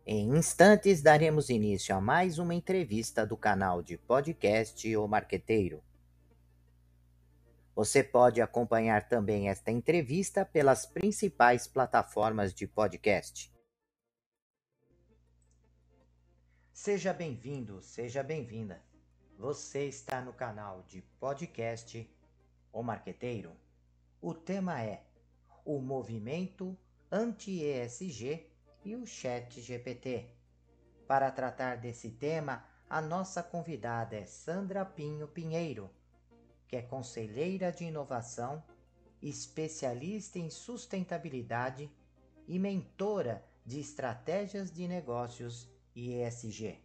Em instantes, daremos início a mais uma entrevista do canal de podcast O Marqueteiro. Você pode acompanhar também esta entrevista pelas principais plataformas de podcast. Seja bem-vindo, seja bem-vinda. Você está no canal de podcast O Marqueteiro. O tema é o movimento anti-ESG e o ChatGPT. Para tratar desse tema, a nossa convidada é Sandra Pinho Pinheiro, que é conselheira de inovação, especialista em sustentabilidade e mentora de estratégias de negócios e ESG.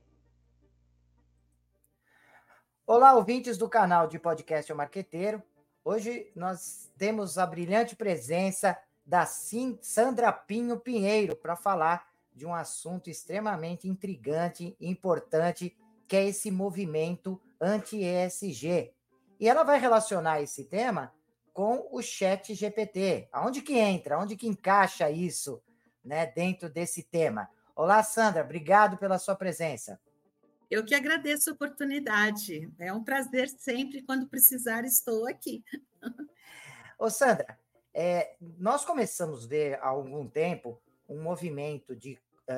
Olá, ouvintes do canal de podcast O Marqueteiro. Hoje nós temos a brilhante presença da Sandra Pinho Pinheiro para falar de um assunto extremamente intrigante e importante, que é esse movimento anti-ESG. E ela vai relacionar esse tema com o ChatGPT. Aonde que entra? Aonde que encaixa isso, né, dentro desse tema? Olá, Sandra, obrigado pela sua presença. Eu que agradeço a oportunidade. É um prazer sempre, quando precisar, estou aqui. Ô, Sandra, nós começamos a ver há algum tempo um movimento de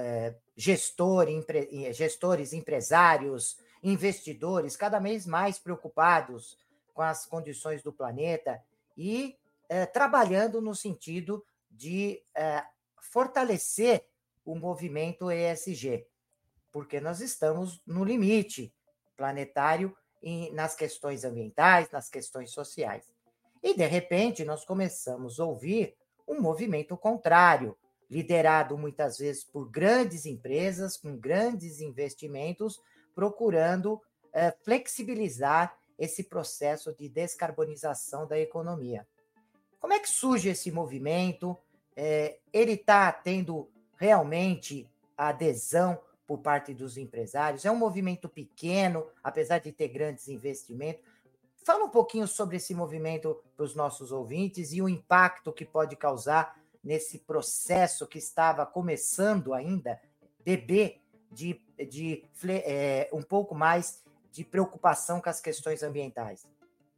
gestores, empresários, investidores cada vez mais preocupados com as condições do planeta e trabalhando no sentido de fortalecer o movimento ESG, porque nós estamos no limite planetário nas questões ambientais, nas questões sociais. E, de repente, nós começamos a ouvir um movimento contrário, liderado muitas vezes por grandes empresas, com grandes investimentos, procurando flexibilizar esse processo de descarbonização da economia. Como é que surge esse movimento? Ele está tendo realmente a adesão por parte dos empresários? É um movimento pequeno, apesar de ter grandes investimentos. Fala um pouquinho sobre esse movimento para os nossos ouvintes e o impacto que pode causar nesse processo que estava começando ainda, bebê, de um pouco mais de preocupação com as questões ambientais.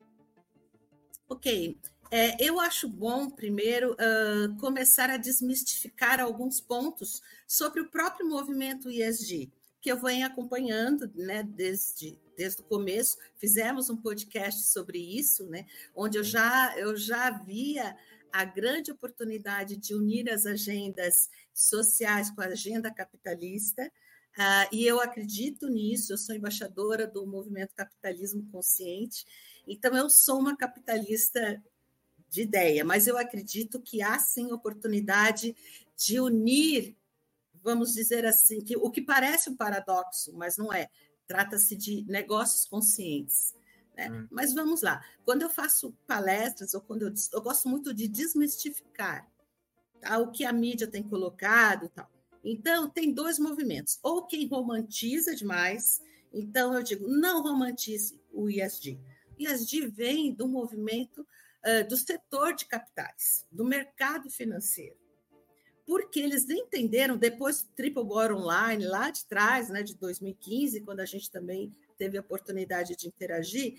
Ok. Eu acho bom, primeiro, começar a desmistificar alguns pontos sobre o próprio movimento ESG, que eu venho acompanhando, né, desde o começo. Fizemos um podcast sobre isso, né, onde eu já via a grande oportunidade de unir as agendas sociais com a agenda capitalista, e eu acredito nisso. Eu sou embaixadora do movimento Capitalismo Consciente, então eu sou uma capitalista de ideia, mas eu acredito que há sim oportunidade de unir, vamos dizer assim, que o que parece um paradoxo, mas não é. Trata-se de negócios conscientes. Né? Mas vamos lá. Quando eu faço palestras, ou quando eu gosto muito de desmistificar, tá, o que a mídia tem colocado, tal. Então, tem dois movimentos. Ou quem romantiza demais, então eu digo, não romantize o ESG. O ESG vem do movimento do setor de capitais, do mercado financeiro. Porque eles entenderam, depois do Triple Bottom Line, lá de trás, né, de 2015, quando a gente também teve a oportunidade de interagir,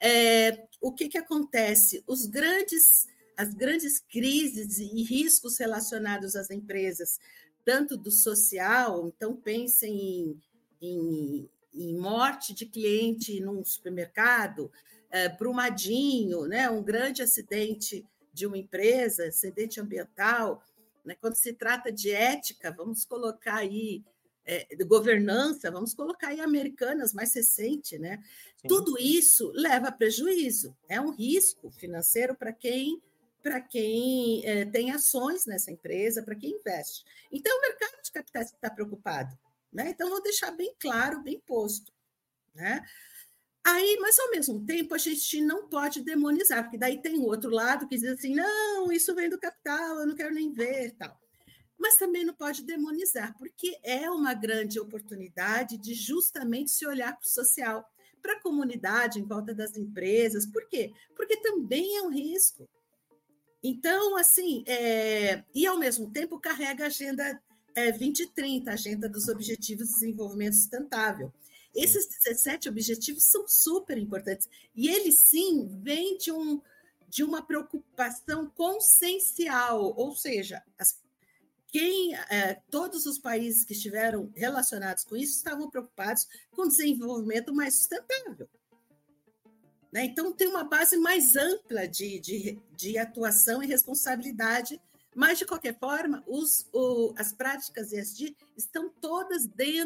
o que acontece? As grandes crises e riscos relacionados às empresas, tanto do social, então pensem em morte de cliente num supermercado, Brumadinho, né, um grande acidente de uma empresa, acidente ambiental. Né? Quando se trata de ética, vamos colocar aí de governança, vamos colocar aí Americanas mais recente, né? Tudo isso leva a prejuízo, é um risco financeiro para quem tem ações nessa empresa, para quem investe. Então, o mercado de capitais está preocupado, né? Então, vou deixar bem claro, bem posto, né? Aí, mas ao mesmo tempo, a gente não pode demonizar, porque daí tem o outro lado que diz assim, não, isso vem do capital, eu não quero nem ver, tal. Mas também não pode demonizar, porque é uma grande oportunidade de justamente se olhar para o social, para a comunidade em volta das empresas. Por quê? Porque também é um risco. Então, assim, e ao mesmo tempo carrega a agenda 2030, Agenda dos Objetivos de Desenvolvimento Sustentável. Esses 17 objetivos são super importantes. E eles, sim, vêm de uma preocupação consciencial, ou seja, todos os países que estiveram relacionados com isso estavam preocupados com o desenvolvimento mais sustentável. Né? Então, tem uma base mais ampla de atuação e responsabilidade, mas, de qualquer forma, as práticas ESG estão todas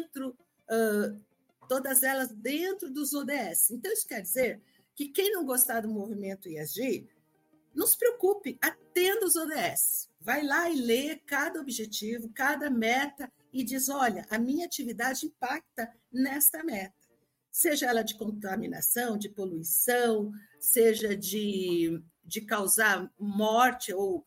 elas dentro dos ODS. Então, isso quer dizer que quem não gostar do movimento ESG, não se preocupe, atenda os ODS. Vai lá e lê cada objetivo, cada meta e diz, olha, a minha atividade impacta nesta meta. Seja ela de contaminação, de poluição, seja de causar morte ou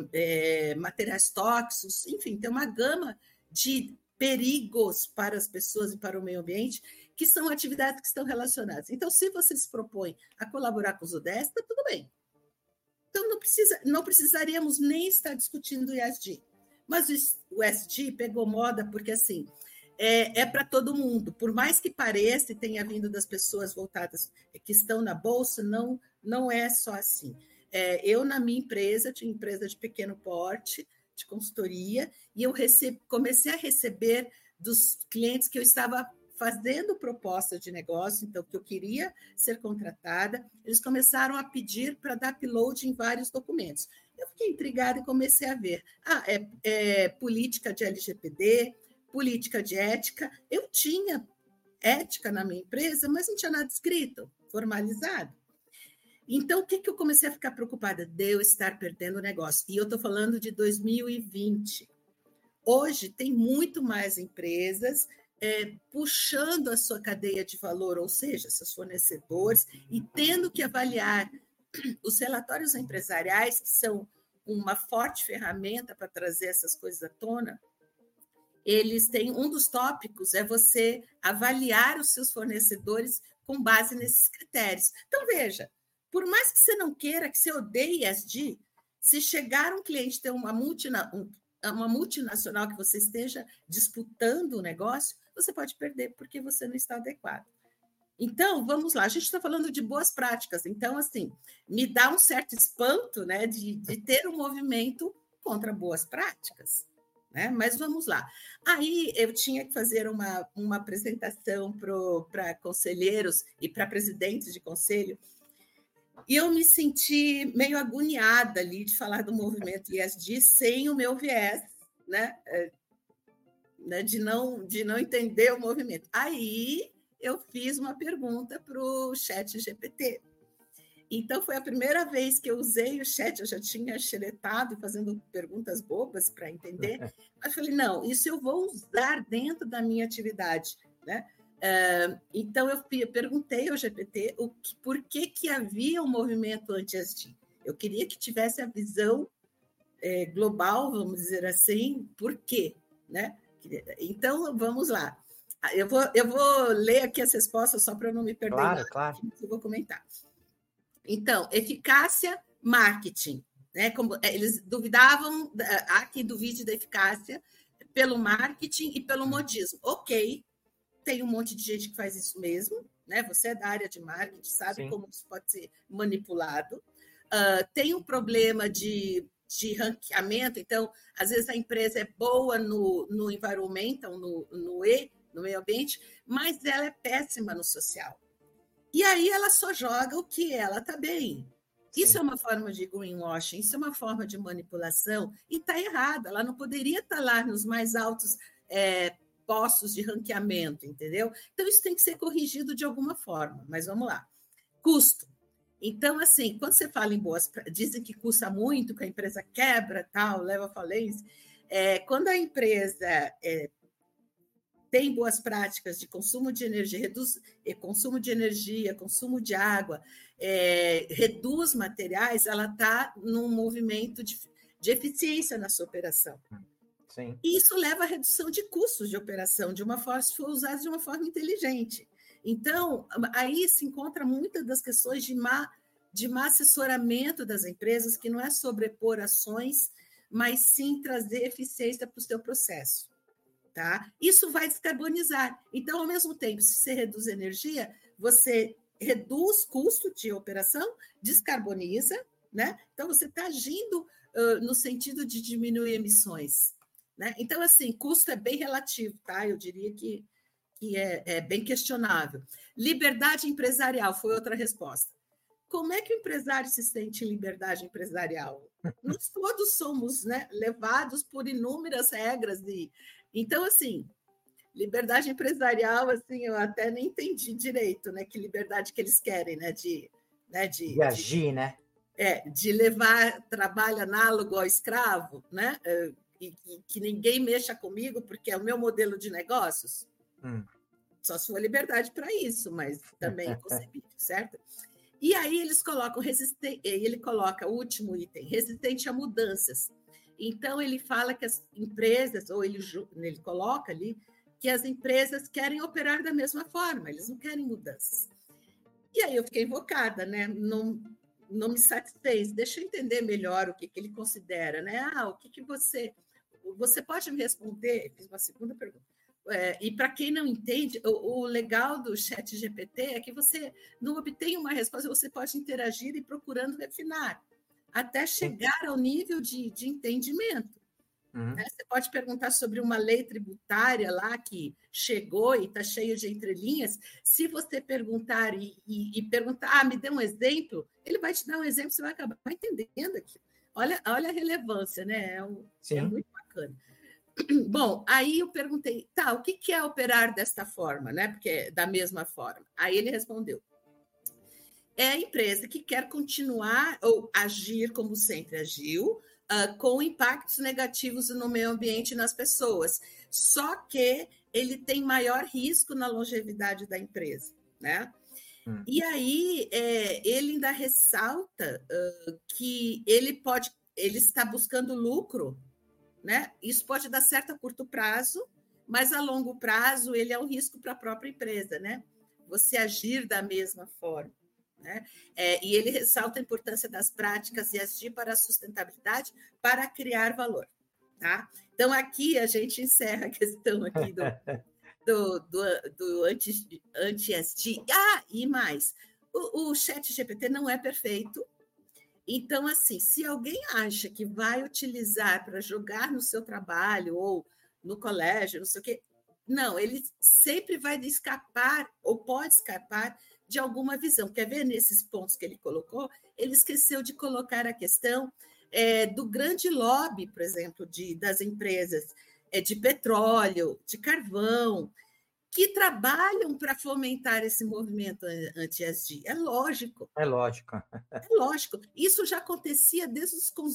materiais tóxicos, enfim, tem uma gama de perigos para as pessoas e para o meio ambiente, que são atividades que estão relacionadas. Então, se você se propõe a colaborar com os ODS, está tudo bem. Então, não precisaríamos nem estar discutindo o ESG. Mas o ESG pegou moda porque, assim, é para todo mundo. Por mais que pareça e tenha vindo das pessoas voltadas que estão na Bolsa, não é só assim. Eu, na minha empresa, tinha empresa de pequeno porte, de consultoria, e eu comecei a receber dos clientes que eu estava fazendo proposta de negócio, então, que eu queria ser contratada, eles começaram a pedir para dar upload em vários documentos. Eu fiquei intrigada e comecei a ver. Política de LGPD, política de ética. Eu tinha ética na minha empresa, mas não tinha nada escrito, formalizado. Então, o que eu comecei a ficar preocupada? De eu estar perdendo o negócio. E eu estou falando de 2020. Hoje, tem muito mais empresas puxando a sua cadeia de valor, ou seja, seus fornecedores, e tendo que avaliar os relatórios empresariais, que são uma forte ferramenta para trazer essas coisas à tona. Eles têm, um dos tópicos é você avaliar os seus fornecedores com base nesses critérios. Então, veja, por mais que você não queira, que você odeie ESG, se chegar um cliente ter uma multinacional que você esteja disputando o negócio, você pode perder porque você não está adequado. Então, vamos lá, a gente está falando de boas práticas, então, assim, me dá um certo espanto, né, de ter um movimento contra boas práticas, né? Mas vamos lá. Aí eu tinha que fazer uma apresentação para conselheiros e para presidentes de conselho, e eu me senti meio agoniada ali de falar do movimento ESG sem o meu viés, né? De não entender o movimento. Aí eu fiz uma pergunta para o ChatGPT. Então, foi a primeira vez que eu usei o chat, eu já tinha xeretado fazendo perguntas bobas para entender, mas falei, não, isso eu vou usar dentro da minha atividade, né? Então, eu perguntei ao GPT por que havia um movimento anti-ESG. Eu queria que tivesse a visão global, vamos dizer assim, por quê, né? Então, vamos lá. Eu vou ler aqui as respostas só para não me perder. Claro. Eu vou comentar. Então, eficácia, marketing. Né? Como eles duvidavam, há quem duvide da eficácia pelo marketing e pelo modismo. Ok, tem um monte de gente que faz isso mesmo, né? Você é da área de marketing, sabe Sim. como isso pode ser manipulado. Tem um problema de ranqueamento, então, às vezes a empresa é boa no environmental, no meio ambiente, mas ela é péssima no social. E aí ela só joga o que ela está bem. Sim. Isso é uma forma de greenwashing, isso é uma forma de manipulação, e está errado. Ela não poderia estar lá nos mais altos postos de ranqueamento, entendeu? Então, isso tem que ser corrigido de alguma forma, mas vamos lá. Custo. Então, assim, quando você fala em boas... Dizem que custa muito, que a empresa quebra, tal, leva à falência. Quando a empresa tem boas práticas de consumo de energia, reduz consumo de energia, consumo de água, reduz materiais, ela está num movimento de eficiência na sua operação. Sim. E isso leva à redução de custos de operação, se for usado de uma forma inteligente. Então, aí se encontra muitas das questões de má assessoramento das empresas, que não é sobrepor ações mas sim trazer eficiência para o seu processo. Tá? Isso vai descarbonizar. Então, ao mesmo tempo, se você reduz energia, você reduz custo de operação, descarboniza, né? Então, você está agindo no sentido de diminuir emissões. Né? Então, assim, custo é bem relativo, tá? Eu diria que é bem questionável. Liberdade empresarial foi outra resposta. Como é que o empresário se sente em liberdade empresarial? Nós todos somos, né, levados por inúmeras regras. Então, assim, liberdade empresarial, assim, eu até nem entendi direito, né, que liberdade que eles querem, né, de agir, né? De levar trabalho análogo ao escravo, né, e que ninguém mexa comigo porque é o meu modelo de negócios. Só se for liberdade para isso, mas também é inconcebível, certo? E aí eles colocam ele coloca o último item, resistente a mudanças. Então ele fala que as empresas, ou ele coloca ali, que as empresas querem operar da mesma forma, eles não querem mudanças. E aí eu fiquei invocada, né? Não me satisfez. Deixa eu entender melhor o que ele considera, né? O que você pode me responder? Fiz uma segunda pergunta. E para quem não entende, o legal do chat GPT é que você não obtém uma resposta, você pode interagir e procurando refinar, até chegar ao nível de entendimento. Né? Você pode perguntar sobre uma lei tributária lá que chegou e está cheio de entrelinhas. Se você perguntar e perguntar, me dê um exemplo, ele vai te dar um exemplo, você vai acabar entendendo aquilo. Olha a relevância, né? É muito bacana. Bom, aí eu perguntei, tá, o que é operar desta forma, né? Porque da mesma forma. Aí ele respondeu: é a empresa que quer continuar ou agir como sempre agiu, com impactos negativos no meio ambiente e nas pessoas. Só que ele tem maior risco na longevidade da empresa, né? E aí ele ainda ressalta que ele está buscando lucro. Né? Isso pode dar certo a curto prazo, mas a longo prazo ele é um risco para a própria empresa, né? Você agir da mesma forma. Né? E ele ressalta a importância das práticas ESG para a sustentabilidade, para criar valor. Tá? Então, aqui a gente encerra a questão aqui do anti-ESG. E mais, o chat GPT não é perfeito. Então, assim, se alguém acha que vai utilizar para jogar no seu trabalho ou no colégio, não sei o quê, não, ele sempre vai escapar ou pode escapar de alguma visão. Quer ver nesses pontos que ele colocou? Ele esqueceu de colocar a questão do grande lobby, por exemplo, das empresas de petróleo, de carvão, que trabalham para fomentar esse movimento anti-ESG. É lógico. É lógico. É lógico. Isso já acontecia desde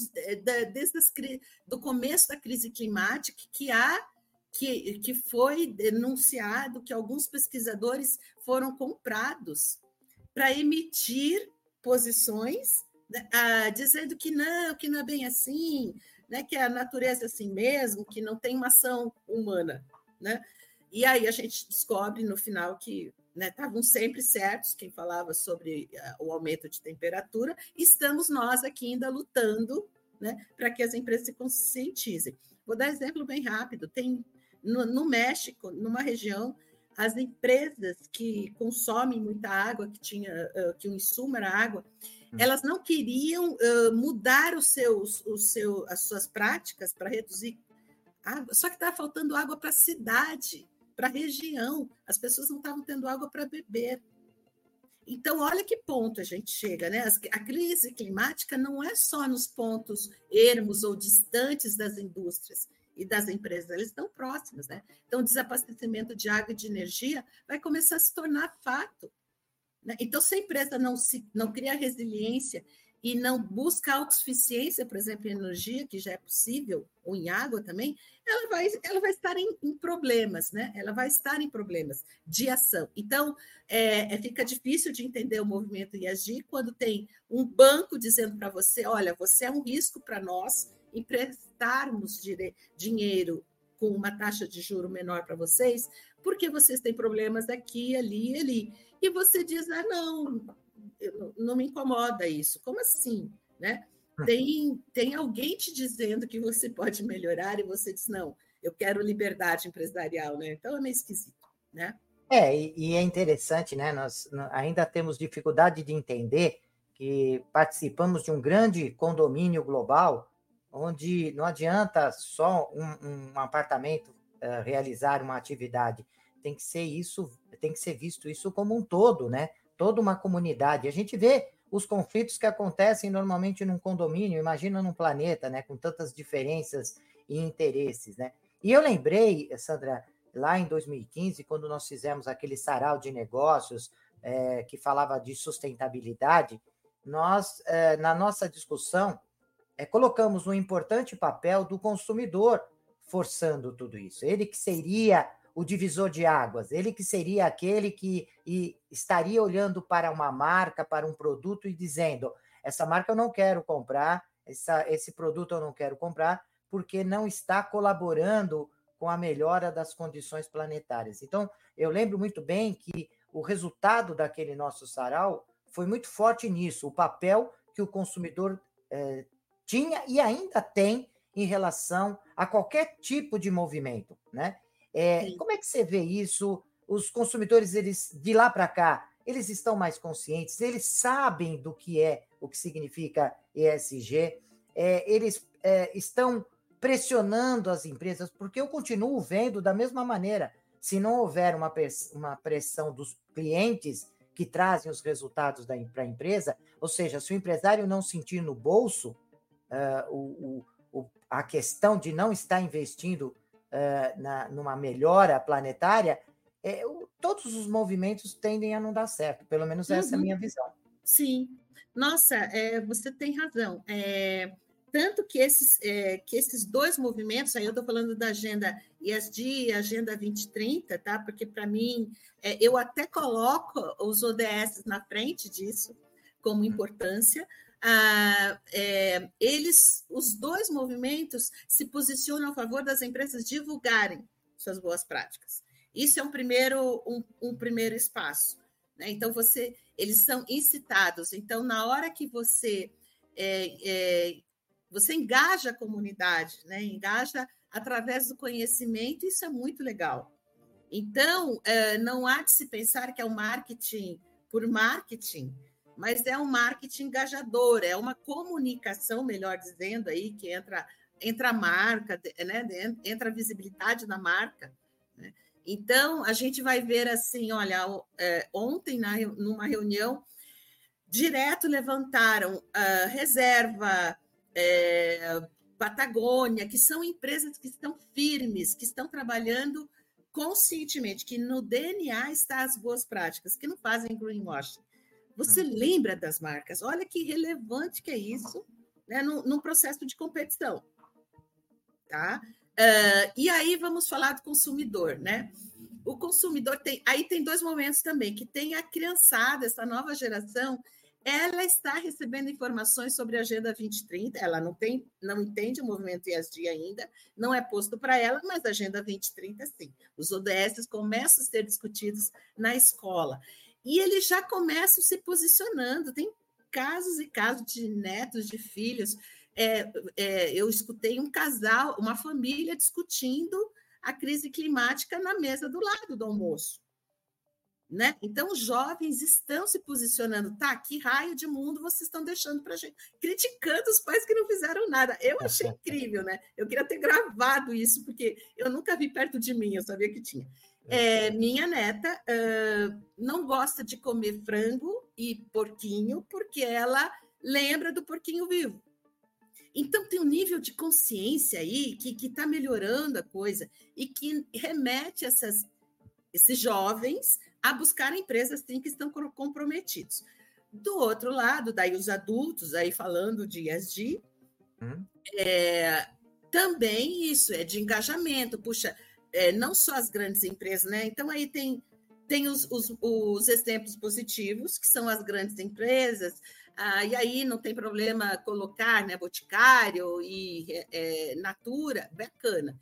do começo da crise climática, que foi denunciado que alguns pesquisadores foram comprados para emitir posições, né, dizendo que não é bem assim, né, que a natureza é assim mesmo, que não tem uma ação humana, né? E aí a gente descobre no final que estavam sempre certos quem falava sobre o aumento de temperatura. Estamos nós aqui ainda lutando, né, para que as empresas se conscientizem. Vou dar exemplo bem rápido. Tem no México, numa região, as empresas que consomem muita água, que o insumo era água, elas não queriam mudar as suas práticas para reduzir água, só que estava faltando água para a cidade, para a região. As pessoas não estavam tendo água para beber. Então, olha que ponto a gente chega, né? A crise climática não é só nos pontos ermos ou distantes das indústrias e das empresas, eles estão próximos, né? Então, o desabastecimento de água e de energia vai começar a se tornar fato. Né? Então, se a empresa não cria resiliência e não busca autossuficiência, por exemplo, em energia, que já é possível, ou em água também, ela vai estar em problemas, né? Ela vai estar em problemas de ação. Então, fica difícil de entender o movimento ESG quando tem um banco dizendo para você, olha, você é um risco para nós emprestarmos dinheiro com uma taxa de juro menor para vocês, porque vocês têm problemas aqui, ali e ali. E você diz, não me incomoda isso. Como assim? Né? tem alguém te dizendo que você pode melhorar e você diz, não, eu quero liberdade empresarial, né? Então é meio esquisito, né? E é interessante, né? Nós ainda temos dificuldade de entender que participamos de um grande condomínio global, onde não adianta só um apartamento realizar uma atividade, tem que ser isso, tem que ser visto isso como um todo, né? Toda uma comunidade. A gente vê os conflitos que acontecem normalmente num condomínio, imagina num planeta, né? Com tantas diferenças e interesses, né? E eu lembrei, Sandra, lá em 2015, quando nós fizemos aquele sarau de negócios que falava de sustentabilidade, nós, na nossa discussão, colocamos um importante papel do consumidor forçando tudo isso. Ele que seria o divisor de águas, ele que seria aquele que estaria olhando para uma marca, para um produto e dizendo: essa marca eu não quero comprar, esse produto eu não quero comprar, porque não está colaborando com a melhora das condições planetárias. Então, eu lembro muito bem que o resultado daquele nosso sarau foi muito forte nisso, o papel que o consumidor tinha e ainda tem em relação a qualquer tipo de movimento, né? Como é que você vê isso? Os consumidores, eles de lá para cá, eles estão mais conscientes, eles sabem do que o que significa ESG, eles estão pressionando as empresas, porque eu continuo vendo da mesma maneira. Se não houver uma pressão dos clientes que trazem os resultados para a empresa, ou seja, se o empresário não sentir no bolso a questão de não estar investindo numa melhora planetária, todos os movimentos tendem a não dar certo. Pelo menos essa é a minha visão. Sim. Nossa, você tem razão. Tanto que esses dois movimentos, aí eu estou falando da Agenda ESG e Agenda 2030, tá? Porque, para mim, eu até coloco os ODS na frente disso, como importância. Os dois movimentos se posicionam a favor das empresas divulgarem suas boas práticas. Isso é um primeiro espaço, né? Então, eles são incitados. Então, na hora que você engaja a comunidade, né? Engaja através do conhecimento, isso é muito legal. Então, não há de se pensar que é um marketing por marketing, mas é um marketing engajador, é uma comunicação, melhor dizendo, aí, que entra a marca, né? Entra a visibilidade da marca, né? Então, a gente vai ver assim, olha, ontem, numa reunião, direto levantaram Reserva, Patagônia, que são empresas que estão firmes, que estão trabalhando conscientemente, que no DNA está as boas práticas, que não fazem greenwashing. Você lembra das marcas? Olha que relevante que é isso, né, num processo de competição. Tá? E aí vamos falar do consumidor, né? O consumidor tem dois momentos também, que tem a criançada, essa nova geração, ela está recebendo informações sobre a Agenda 2030, ela não entende o movimento ESG ainda, não é posto para ela, mas a Agenda 2030, sim. Os ODS começam a ser discutidos na escola. E eles já começam se posicionando, tem casos e casos de netos, de filhos. Eu escutei um casal, uma família discutindo a crise climática na mesa do lado do almoço. Né? Então, os jovens estão se posicionando. Tá, que raio de mundo vocês estão deixando para a gente? Criticando os pais que não fizeram nada. Eu achei incrível, né? Eu queria ter gravado isso, porque eu nunca vi perto de mim, eu sabia que tinha. Minha neta não gosta de comer frango e porquinho, porque ela lembra do porquinho vivo. Então, tem um nível de consciência aí que está melhorando a coisa e que remete esses jovens a buscar empresas que estão comprometidos. Do outro lado, daí os adultos, aí falando de ESG, também isso é de engajamento. Puxa, não só as grandes empresas, né? Então, aí tem os exemplos positivos, que são as grandes empresas, e aí não tem problema colocar, né, Boticário e Natura, bacana.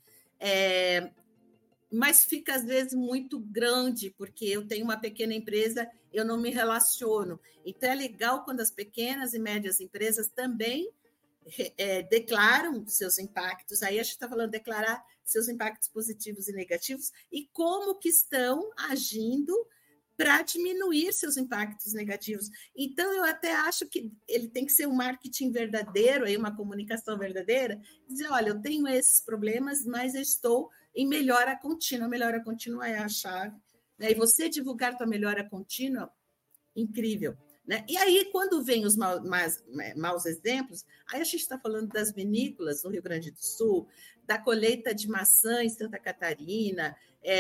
Mas fica, às vezes, muito grande, porque eu tenho uma pequena empresa, eu não me relaciono. Então, é legal quando as pequenas e médias empresas também declaram seus impactos, aí a gente está falando de declarar seus impactos positivos e negativos, e como que estão agindo para diminuir seus impactos negativos. Então, eu até acho que ele tem que ser um marketing verdadeiro, aí uma comunicação verdadeira, dizer, olha, eu tenho esses problemas, mas eu estou em melhora contínua. A melhora contínua é a chave, né? E você divulgar tua melhora contínua, incrível. Né? E aí, quando vem os maus exemplos, aí a gente está falando das vinícolas no Rio Grande do Sul, da colheita de maçã em Santa Catarina,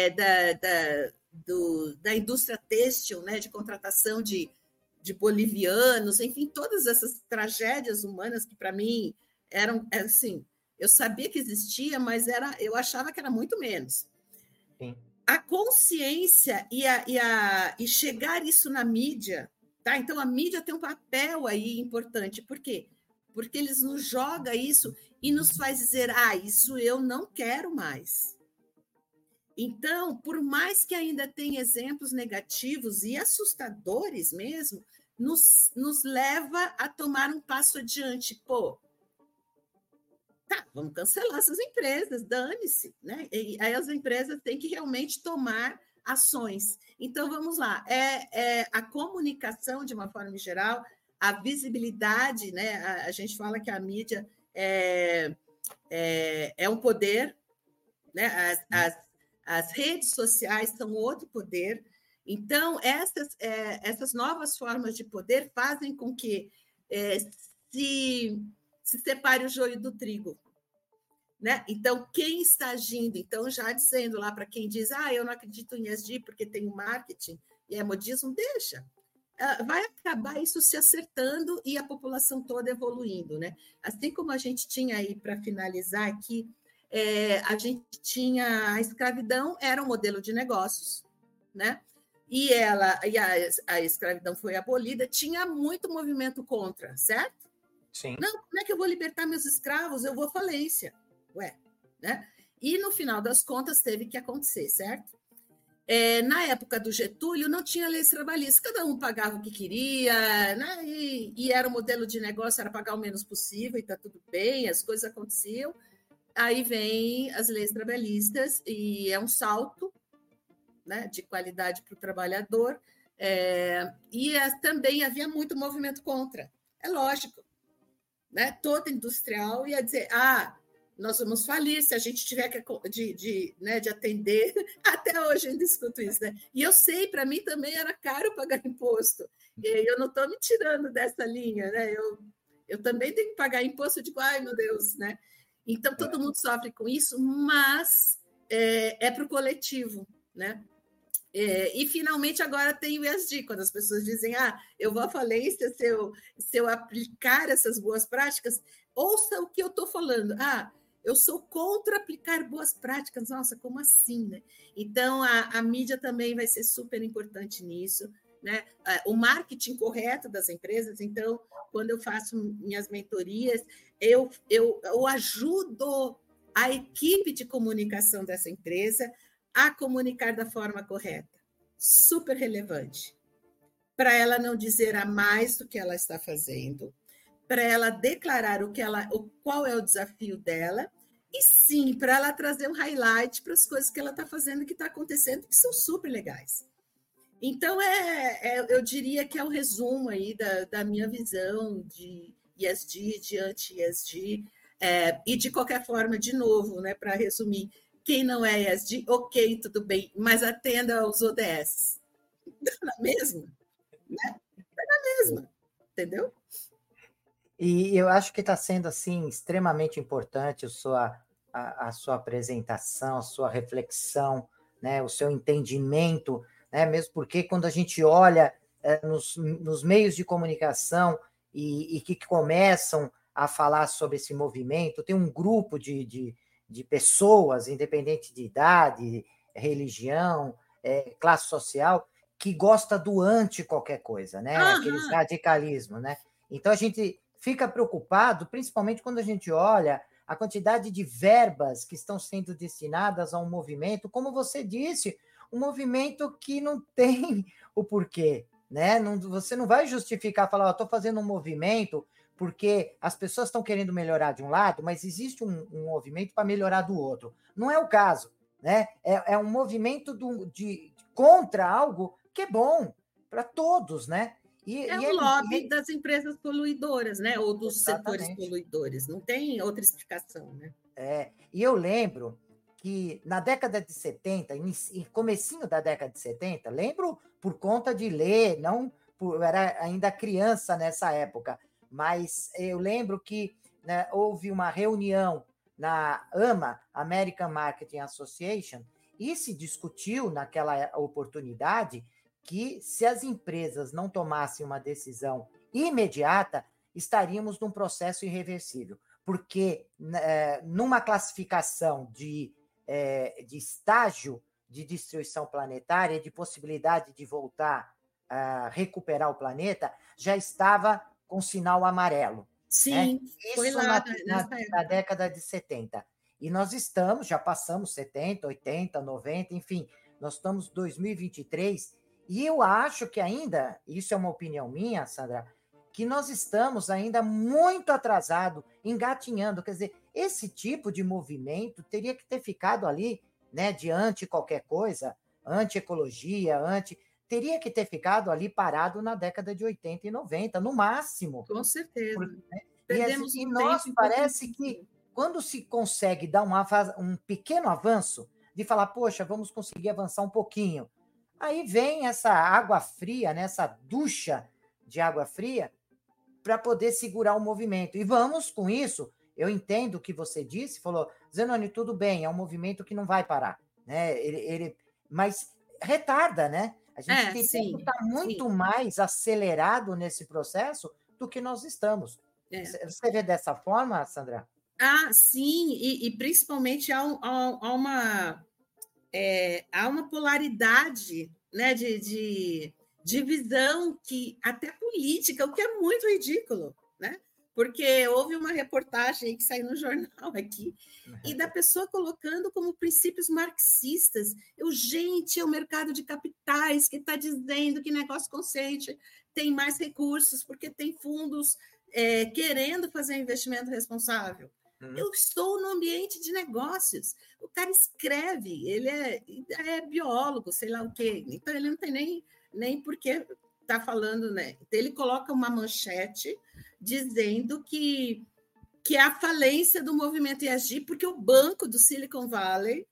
da indústria têxtil, né, de contratação de bolivianos, enfim, todas essas tragédias humanas que, para mim, eram, assim, eu sabia que existia, mas eu achava que era muito menos. Sim. A consciência e chegar isso na mídia, tá? Então, a mídia tem um papel aí importante. Por quê? Porque eles nos jogam isso e nos faz dizer, isso eu não quero mais. Então, por mais que ainda tenha exemplos negativos e assustadores mesmo, nos leva a tomar um passo adiante. Pô, tá, vamos cancelar essas empresas, dane-se, né? E aí as empresas têm que realmente tomar ações. Então, vamos lá, a comunicação, de uma forma geral, a visibilidade, né? A gente fala que a mídia é um poder, né? As redes sociais são outro poder. Então, essas novas formas de poder fazem com que se separe o joio do trigo. Né? Então, quem está agindo? Então, já dizendo lá para quem diz, eu não acredito em ESG porque tem o marketing e é modismo, deixa. Vai acabar isso se acertando e a população toda evoluindo. Né? Assim como a gente tinha aí, para finalizar aqui, a gente tinha a escravidão, era um modelo de negócios, né? E a escravidão foi abolida, tinha muito movimento contra, certo? Sim. Não, como é que eu vou libertar meus escravos? Eu vou à falência. Ué, né? E no final das contas teve que acontecer, certo? Na época do Getúlio não tinha leis trabalhistas, cada um pagava o que queria, né? E era um modelo de negócio, era pagar o menos possível e está tudo bem, as coisas aconteciam. Aí vem as leis trabalhistas e é um salto, né, de qualidade para o trabalhador, também havia muito movimento contra. É lógico, né? Todo industrial ia dizer, nós vamos falir se a gente tiver que de atender. Até hoje eu ainda escuto isso, né? E eu sei, para mim também era caro pagar imposto. E eu não estou me tirando dessa linha, né? Eu também tenho que pagar imposto. Eu digo, meu Deus, né? Então, todo mundo sofre com isso, mas é para o coletivo, né? E, finalmente, agora tem o ESG, quando as pessoas dizem, eu vou à falência se eu aplicar essas boas práticas. Ouça o que eu estou falando. Eu sou contra aplicar boas práticas. Nossa, como assim, né? Então, a mídia também vai ser super importante nisso, né? O marketing correto das empresas. Então, quando eu faço minhas mentorias, eu ajudo a equipe de comunicação dessa empresa a comunicar da forma correta. Super relevante. Para ela não dizer a mais do que ela está fazendo, para ela declarar qual é o desafio dela, e sim, para ela trazer um highlight para as coisas que ela está fazendo, que está acontecendo, que são super legais. Então, eu diria que é o resumo aí da minha visão de ESG, de anti-ESG, e de qualquer forma, de novo, né, para resumir, quem não é ESG, ok, tudo bem, mas atenda aos ODS. Dá na mesma, né? Dá na mesma, entendeu? E eu acho que está sendo assim extremamente importante a sua apresentação, a sua reflexão, né, o seu entendimento, né, mesmo porque quando a gente olha nos meios de comunicação e que começam a falar sobre esse movimento, tem um grupo de pessoas, independente de idade, religião, classe social, que gosta do anti qualquer coisa, né? Aqueles radicalismos, né? Então a gente fica preocupado, principalmente quando a gente olha a quantidade de verbas que estão sendo destinadas a um movimento, como você disse, um movimento que não tem o porquê, né? Você não vai justificar, falar, estou fazendo um movimento porque as pessoas estão querendo melhorar de um lado, mas existe um movimento para melhorar do outro. Não é o caso, né? É um movimento contra algo que é bom para todos, né? É o lobby das empresas poluidoras, né? Ou dos setores poluidores. Não tem outra explicação, né? E eu lembro que na década de 70, comecinho da década de 70, lembro por conta de ler, eu era ainda criança nessa época, mas eu lembro que, né, houve uma reunião na AMA, American Marketing Association, e se discutiu naquela oportunidade que se as empresas não tomassem uma decisão imediata, estaríamos num processo irreversível, porque numa classificação de estágio de destruição planetária, de possibilidade de voltar a recuperar o planeta, já estava com sinal amarelo. Sim, né? foi Isso lá na década de 70. E nós já passamos 70, 80, 90, enfim, nós estamos em 2023, e eu acho que ainda, isso é uma opinião minha, Sandra, que nós estamos ainda muito atrasado, engatinhando. Quer dizer, esse tipo de movimento teria que ter ficado ali, né, de anti qualquer coisa, anti-ecologia, teria que ter ficado ali parado na década de 80 e 90, no máximo. Com certeza. Né? Perdemos E nós parece que quando se consegue dar um pequeno avanço, de falar, poxa, vamos conseguir avançar um pouquinho, aí vem essa água fria, né, essa ducha de água fria, para poder segurar o movimento. E vamos com isso. Eu entendo o que você disse, falou, Zenoni, tudo bem, é um movimento que não vai parar, né? Mas retarda, né? A gente tem que estar muito mais acelerado nesse processo do que nós estamos. Você vê dessa forma, Sandra? Ah, sim, e principalmente há uma polaridade, né, de visão que até política, o que é muito ridículo, né? Porque houve uma reportagem que saiu no jornal aqui, e da pessoa colocando como princípios marxistas. Gente, é o mercado de capitais que está dizendo que negócio consciente tem mais recursos, porque tem fundos querendo fazer investimento responsável. Eu estou no ambiente de negócios. O cara escreve, ele é biólogo, sei lá o quê. Então, ele não tem nem por que está falando, né? Então, ele coloca uma manchete dizendo que é a falência do movimento ESG, porque o banco do Silicon Valley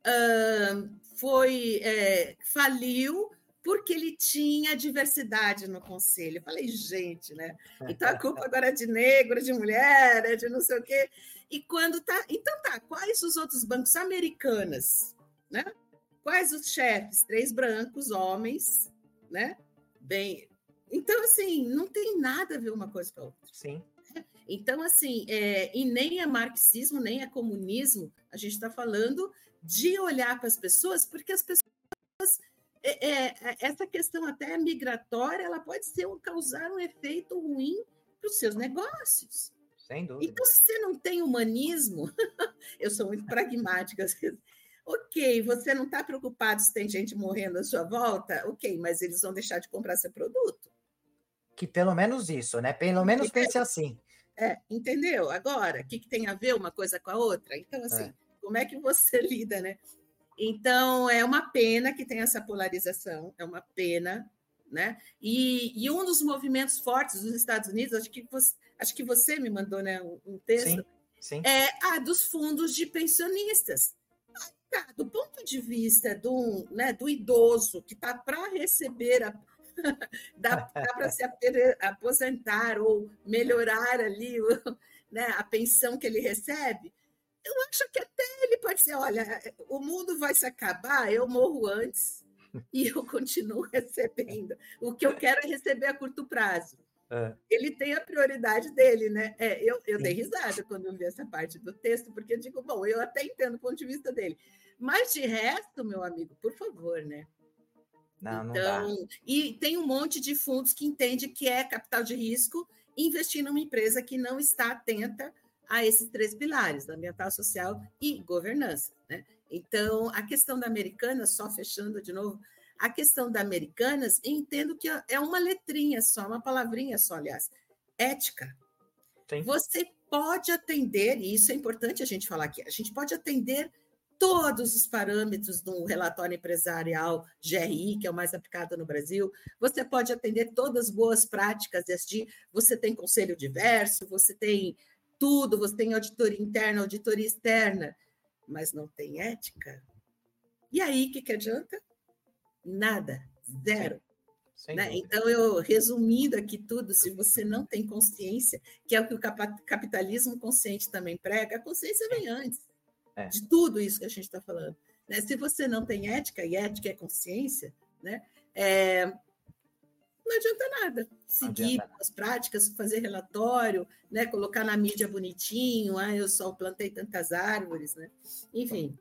faliu porque ele tinha diversidade no conselho. Eu falei, gente, né? Então a culpa agora é de negro, de mulher, é de não sei o quê. E quando tá. Então tá, quais os outros bancos americanos, né? Quais os chefes? 3 brancos, homens, né? Bem. Então, assim, não tem nada a ver uma coisa com a outra. Sim. Então, assim, e nem é marxismo, nem é comunismo, a gente está falando de olhar para as pessoas, porque as pessoas. Essa questão até migratória, ela pode causar um efeito ruim para os seus negócios. Sem dúvida. Então, se você não tem humanismo, eu sou muito pragmática, ok, você não está preocupado se tem gente morrendo à sua volta, ok, mas eles vão deixar de comprar seu produto. Que pelo menos isso, né? Pelo menos pense assim. Entendeu? Agora, o que tem a ver uma coisa com a outra? Então, assim, como é que você lida, né? Então, é uma pena que tem essa polarização, é uma pena, né? E um dos movimentos fortes dos Estados Unidos, acho que você me mandou, né, um texto, sim. Dos fundos de pensionistas. Do ponto de vista do idoso que está para receber dá para se aposentar ou melhorar ali, né, a pensão que ele recebe, eu acho que até ele pode ser, olha, o mundo vai se acabar, eu morro antes e eu continuo recebendo. O que eu quero é receber a curto prazo. Ele tem a prioridade dele, né? Eu dei risada quando eu vi essa parte do texto, porque eu digo, bom, eu até entendo o ponto de vista dele. Mas de resto, meu amigo, por favor, né? Não dá. E tem um monte de fundos que entende que é capital de risco investir numa empresa que não está atenta a esses 3 pilares, ambiental, social e governança, né? Então, a questão da Americanas, só fechando de novo, a questão da Americanas, entendo que é uma letrinha só, uma palavrinha só, aliás, ética. Sim. Você pode atender, e isso é importante a gente falar aqui, a gente pode atender todos os parâmetros do relatório empresarial GRI, que é o mais aplicado no Brasil, você pode atender todas as boas práticas ESG, você tem conselho diverso, você tem tudo, você tem auditoria interna, auditoria externa, mas não tem ética. E aí, o que adianta? Nada, zero. Né? Então, eu resumindo aqui tudo, se você não tem consciência, que é o que o capitalismo consciente também prega, a consciência vem antes de tudo isso que a gente está falando. Né? Se você não tem ética, e ética é consciência, né? Não adianta nada seguir as práticas, fazer relatório, né? Colocar na mídia bonitinho, eu só plantei tantas árvores, né? Enfim.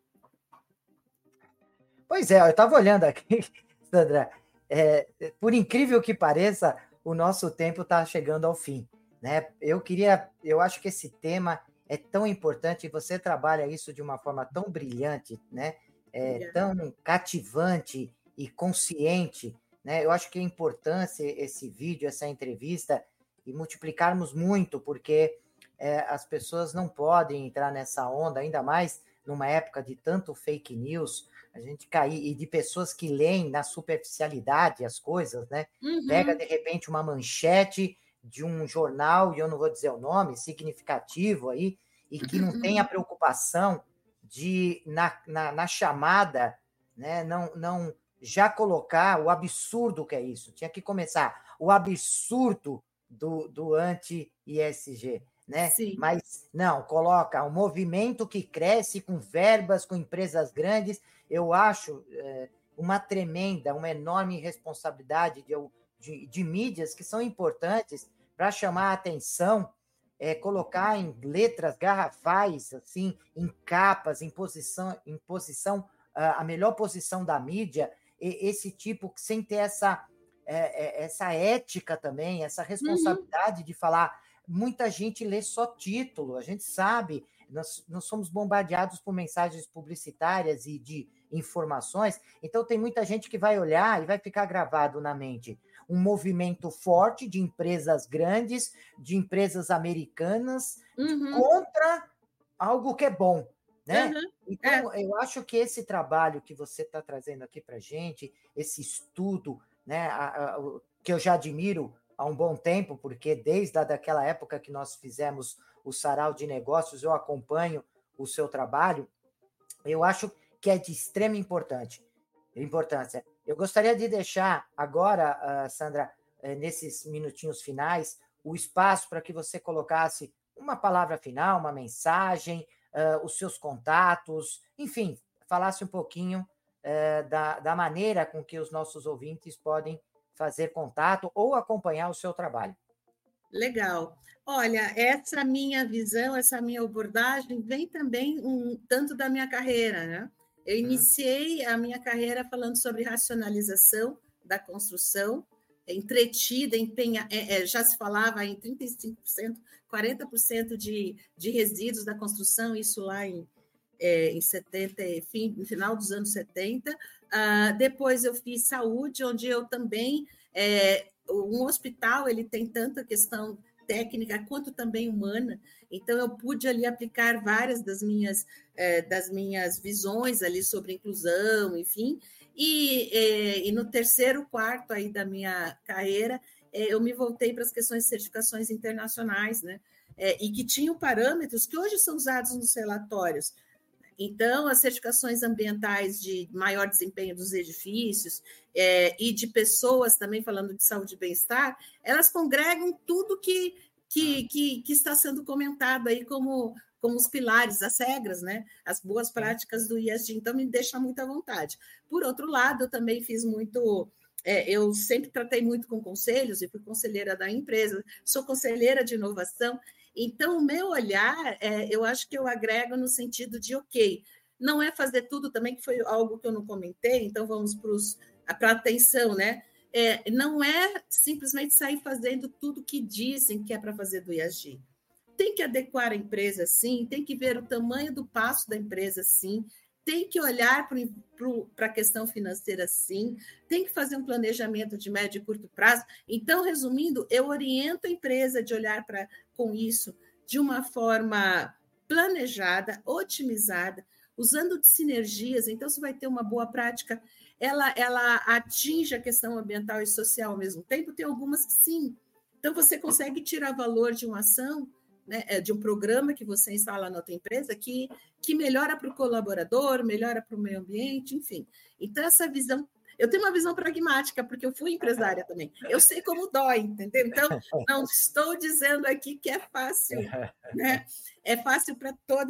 Pois é, eu estava olhando aqui, Sandra, por incrível que pareça, o nosso tempo está chegando ao fim, né? Eu acho que esse tema é tão importante e você trabalha isso de uma forma tão brilhante, né? Tão cativante e consciente, né? Eu acho que é importante esse vídeo, essa entrevista, e multiplicarmos muito, porque as pessoas não podem entrar nessa onda, ainda mais numa época de tanto fake news, a gente cair, e de pessoas que leem na superficialidade as coisas, né? Pega, de repente, uma manchete de um jornal, e eu não vou dizer o nome, significativo aí, e que não tem a preocupação de, na chamada, né, não já colocar o absurdo que é isso. Tinha que começar o absurdo do anti-ISG. Né? Mas não, coloca um movimento que cresce com verbas, com empresas grandes. Eu acho uma enorme responsabilidade de mídias que são importantes para chamar a atenção, colocar em letras garrafais, assim, em capas, em posição a melhor posição da mídia, esse tipo, sem ter essa ética também, essa responsabilidade de falar. Muita gente lê só título, a gente sabe, nós somos bombardeados por mensagens publicitárias e de informações, então tem muita gente que vai olhar e vai ficar gravado na mente um movimento forte de empresas grandes, de empresas americanas, contra algo que é bom, né? Então, eu acho que esse trabalho que você está trazendo aqui para a gente, esse estudo, né, que eu já admiro há um bom tempo, porque desde aquela época que nós fizemos o Sarau de Negócios, eu acompanho o seu trabalho, eu acho que é de extrema importância. Eu gostaria de deixar agora, Sandra, nesses minutinhos finais, o espaço para que você colocasse uma palavra final, uma mensagem, os seus contatos, enfim, falasse um pouquinho da maneira com que os nossos ouvintes podem fazer contato ou acompanhar o seu trabalho. Legal. Olha, essa minha visão, essa minha abordagem vem também tanto da minha carreira, né? Eu iniciei a minha carreira falando sobre racionalização da construção, entretida, já se falava em 35%, 40% de resíduos da construção, isso lá em 70, no final dos anos 70. Depois eu fiz saúde, onde eu também... um hospital ele tem tanta questão técnica quanto também humana, então eu pude ali aplicar várias das minhas visões ali sobre inclusão, enfim, e no terceiro quarto aí da minha carreira eu me voltei para as questões de certificações internacionais, né? E que tinham parâmetros que hoje são usados nos relatórios. Então, as certificações ambientais de maior desempenho dos edifícios e de pessoas também, falando de saúde e bem-estar, elas congregam tudo que está sendo comentado aí como os pilares, as regras, né? As boas práticas do ISD. Então, me deixa muito à vontade. Por outro lado, eu também fiz muito... eu sempre tratei muito com conselhos e fui conselheira da empresa, sou conselheira de inovação. Então, o meu olhar, eu acho que eu agrego no sentido de, ok, não é fazer tudo também, que foi algo que eu não comentei, então vamos para a atenção, né? Não é simplesmente sair fazendo tudo que dizem que é para fazer do ISG. Tem que adequar a empresa, sim, tem que ver o tamanho do passo da empresa, sim, tem que olhar para a questão financeira, sim, tem que fazer um planejamento de médio e curto prazo. Então, resumindo, eu oriento a empresa de olhar com isso de uma forma planejada, otimizada, usando de sinergias. Então, você vai ter uma boa prática, ela atinge a questão ambiental e social ao mesmo tempo, tem algumas que sim. Então, você consegue tirar valor de uma ação, né, de um programa que você instala na tua empresa que melhora para o colaborador, melhora para o meio ambiente, enfim. Então, essa visão... Eu tenho uma visão pragmática, porque eu fui empresária também. Eu sei como dói, entendeu? Então, não estou dizendo aqui que é fácil, né? É fácil para toda...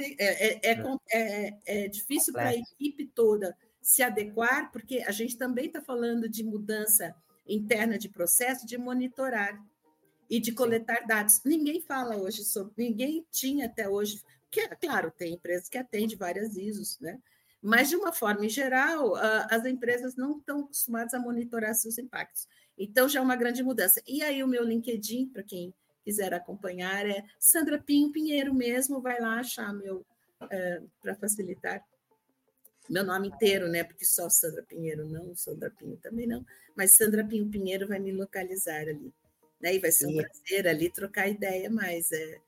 É difícil para a equipe toda se adequar, porque a gente também está falando de mudança interna de processo, de monitorar e de coletar dados. Ninguém fala hoje sobre... Ninguém tinha até hoje... Que, claro, tem empresas que atendem várias ISOs, né? Mas, de uma forma em geral, as empresas não estão acostumadas a monitorar seus impactos. Então, já é uma grande mudança. E aí, o meu LinkedIn, para quem quiser acompanhar, é Sandra Pinheiro mesmo, vai lá achar meu, para facilitar. Meu nome inteiro, né? Porque só Sandra Pinheiro não, Sandra Pinho também não, mas Sandra Pinheiro vai me localizar ali. Né? E vai ser um prazer ali trocar ideia, mas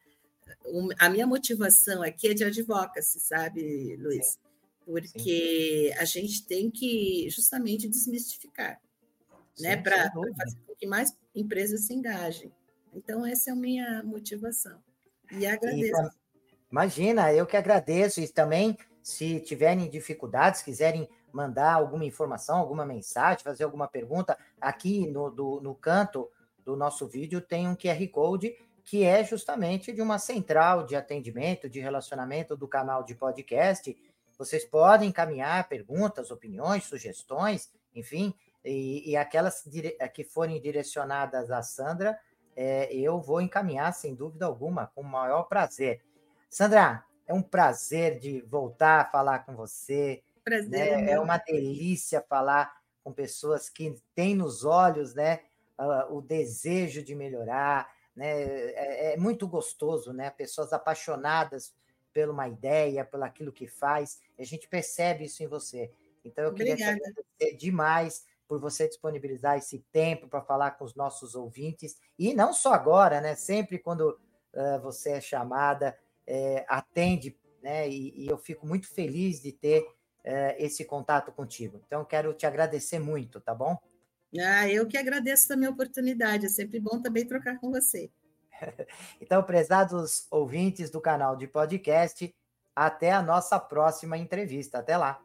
a minha motivação aqui é de advocacy, sabe, Luiz? Sim. Porque a gente tem que justamente desmistificar, né? Para fazer com que mais empresas se engajem. Então, essa é a minha motivação. E agradeço. Imagina, eu que agradeço. E também, se tiverem dificuldades, quiserem mandar alguma informação, alguma mensagem, fazer alguma pergunta, aqui no canto do nosso vídeo tem um QR Code que é justamente de uma central de atendimento, de relacionamento do canal de podcast. Vocês podem encaminhar perguntas, opiniões, sugestões, enfim, e aquelas que forem direcionadas à Sandra, eu vou encaminhar, sem dúvida alguma, com o maior prazer. Sandra, é um prazer de voltar a falar com você. Prazer, né? É uma delícia falar com pessoas que têm nos olhos, né, o desejo de melhorar, né? É muito gostoso, né? Pessoas apaixonadas por uma ideia, por aquilo que faz. A gente percebe isso em você. Então, eu queria te agradecer demais por você disponibilizar esse tempo para falar com os nossos ouvintes. E não só agora, né? Sempre quando você é chamada, atende, né? E eu fico muito feliz de ter esse contato contigo. Então, quero te agradecer muito, tá bom? Eu que agradeço também a oportunidade. É sempre bom também trocar com você. Então, prezados ouvintes do canal de podcast, até a nossa próxima entrevista. Até lá.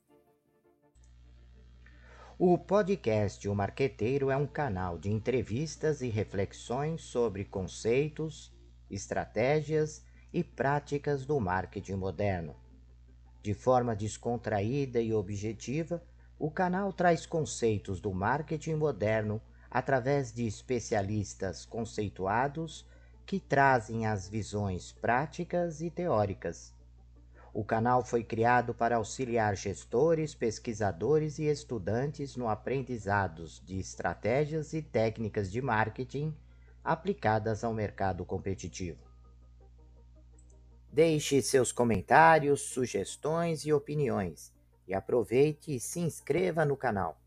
O podcast O Marqueteiro é um canal de entrevistas e reflexões sobre conceitos, estratégias e práticas do marketing moderno. De forma descontraída e objetiva, o canal traz conceitos do marketing moderno através de especialistas conceituados que trazem as visões práticas e teóricas. O canal foi criado para auxiliar gestores, pesquisadores e estudantes no aprendizado de estratégias e técnicas de marketing aplicadas ao mercado competitivo. Deixe seus comentários, sugestões e opiniões e aproveite e se inscreva no canal.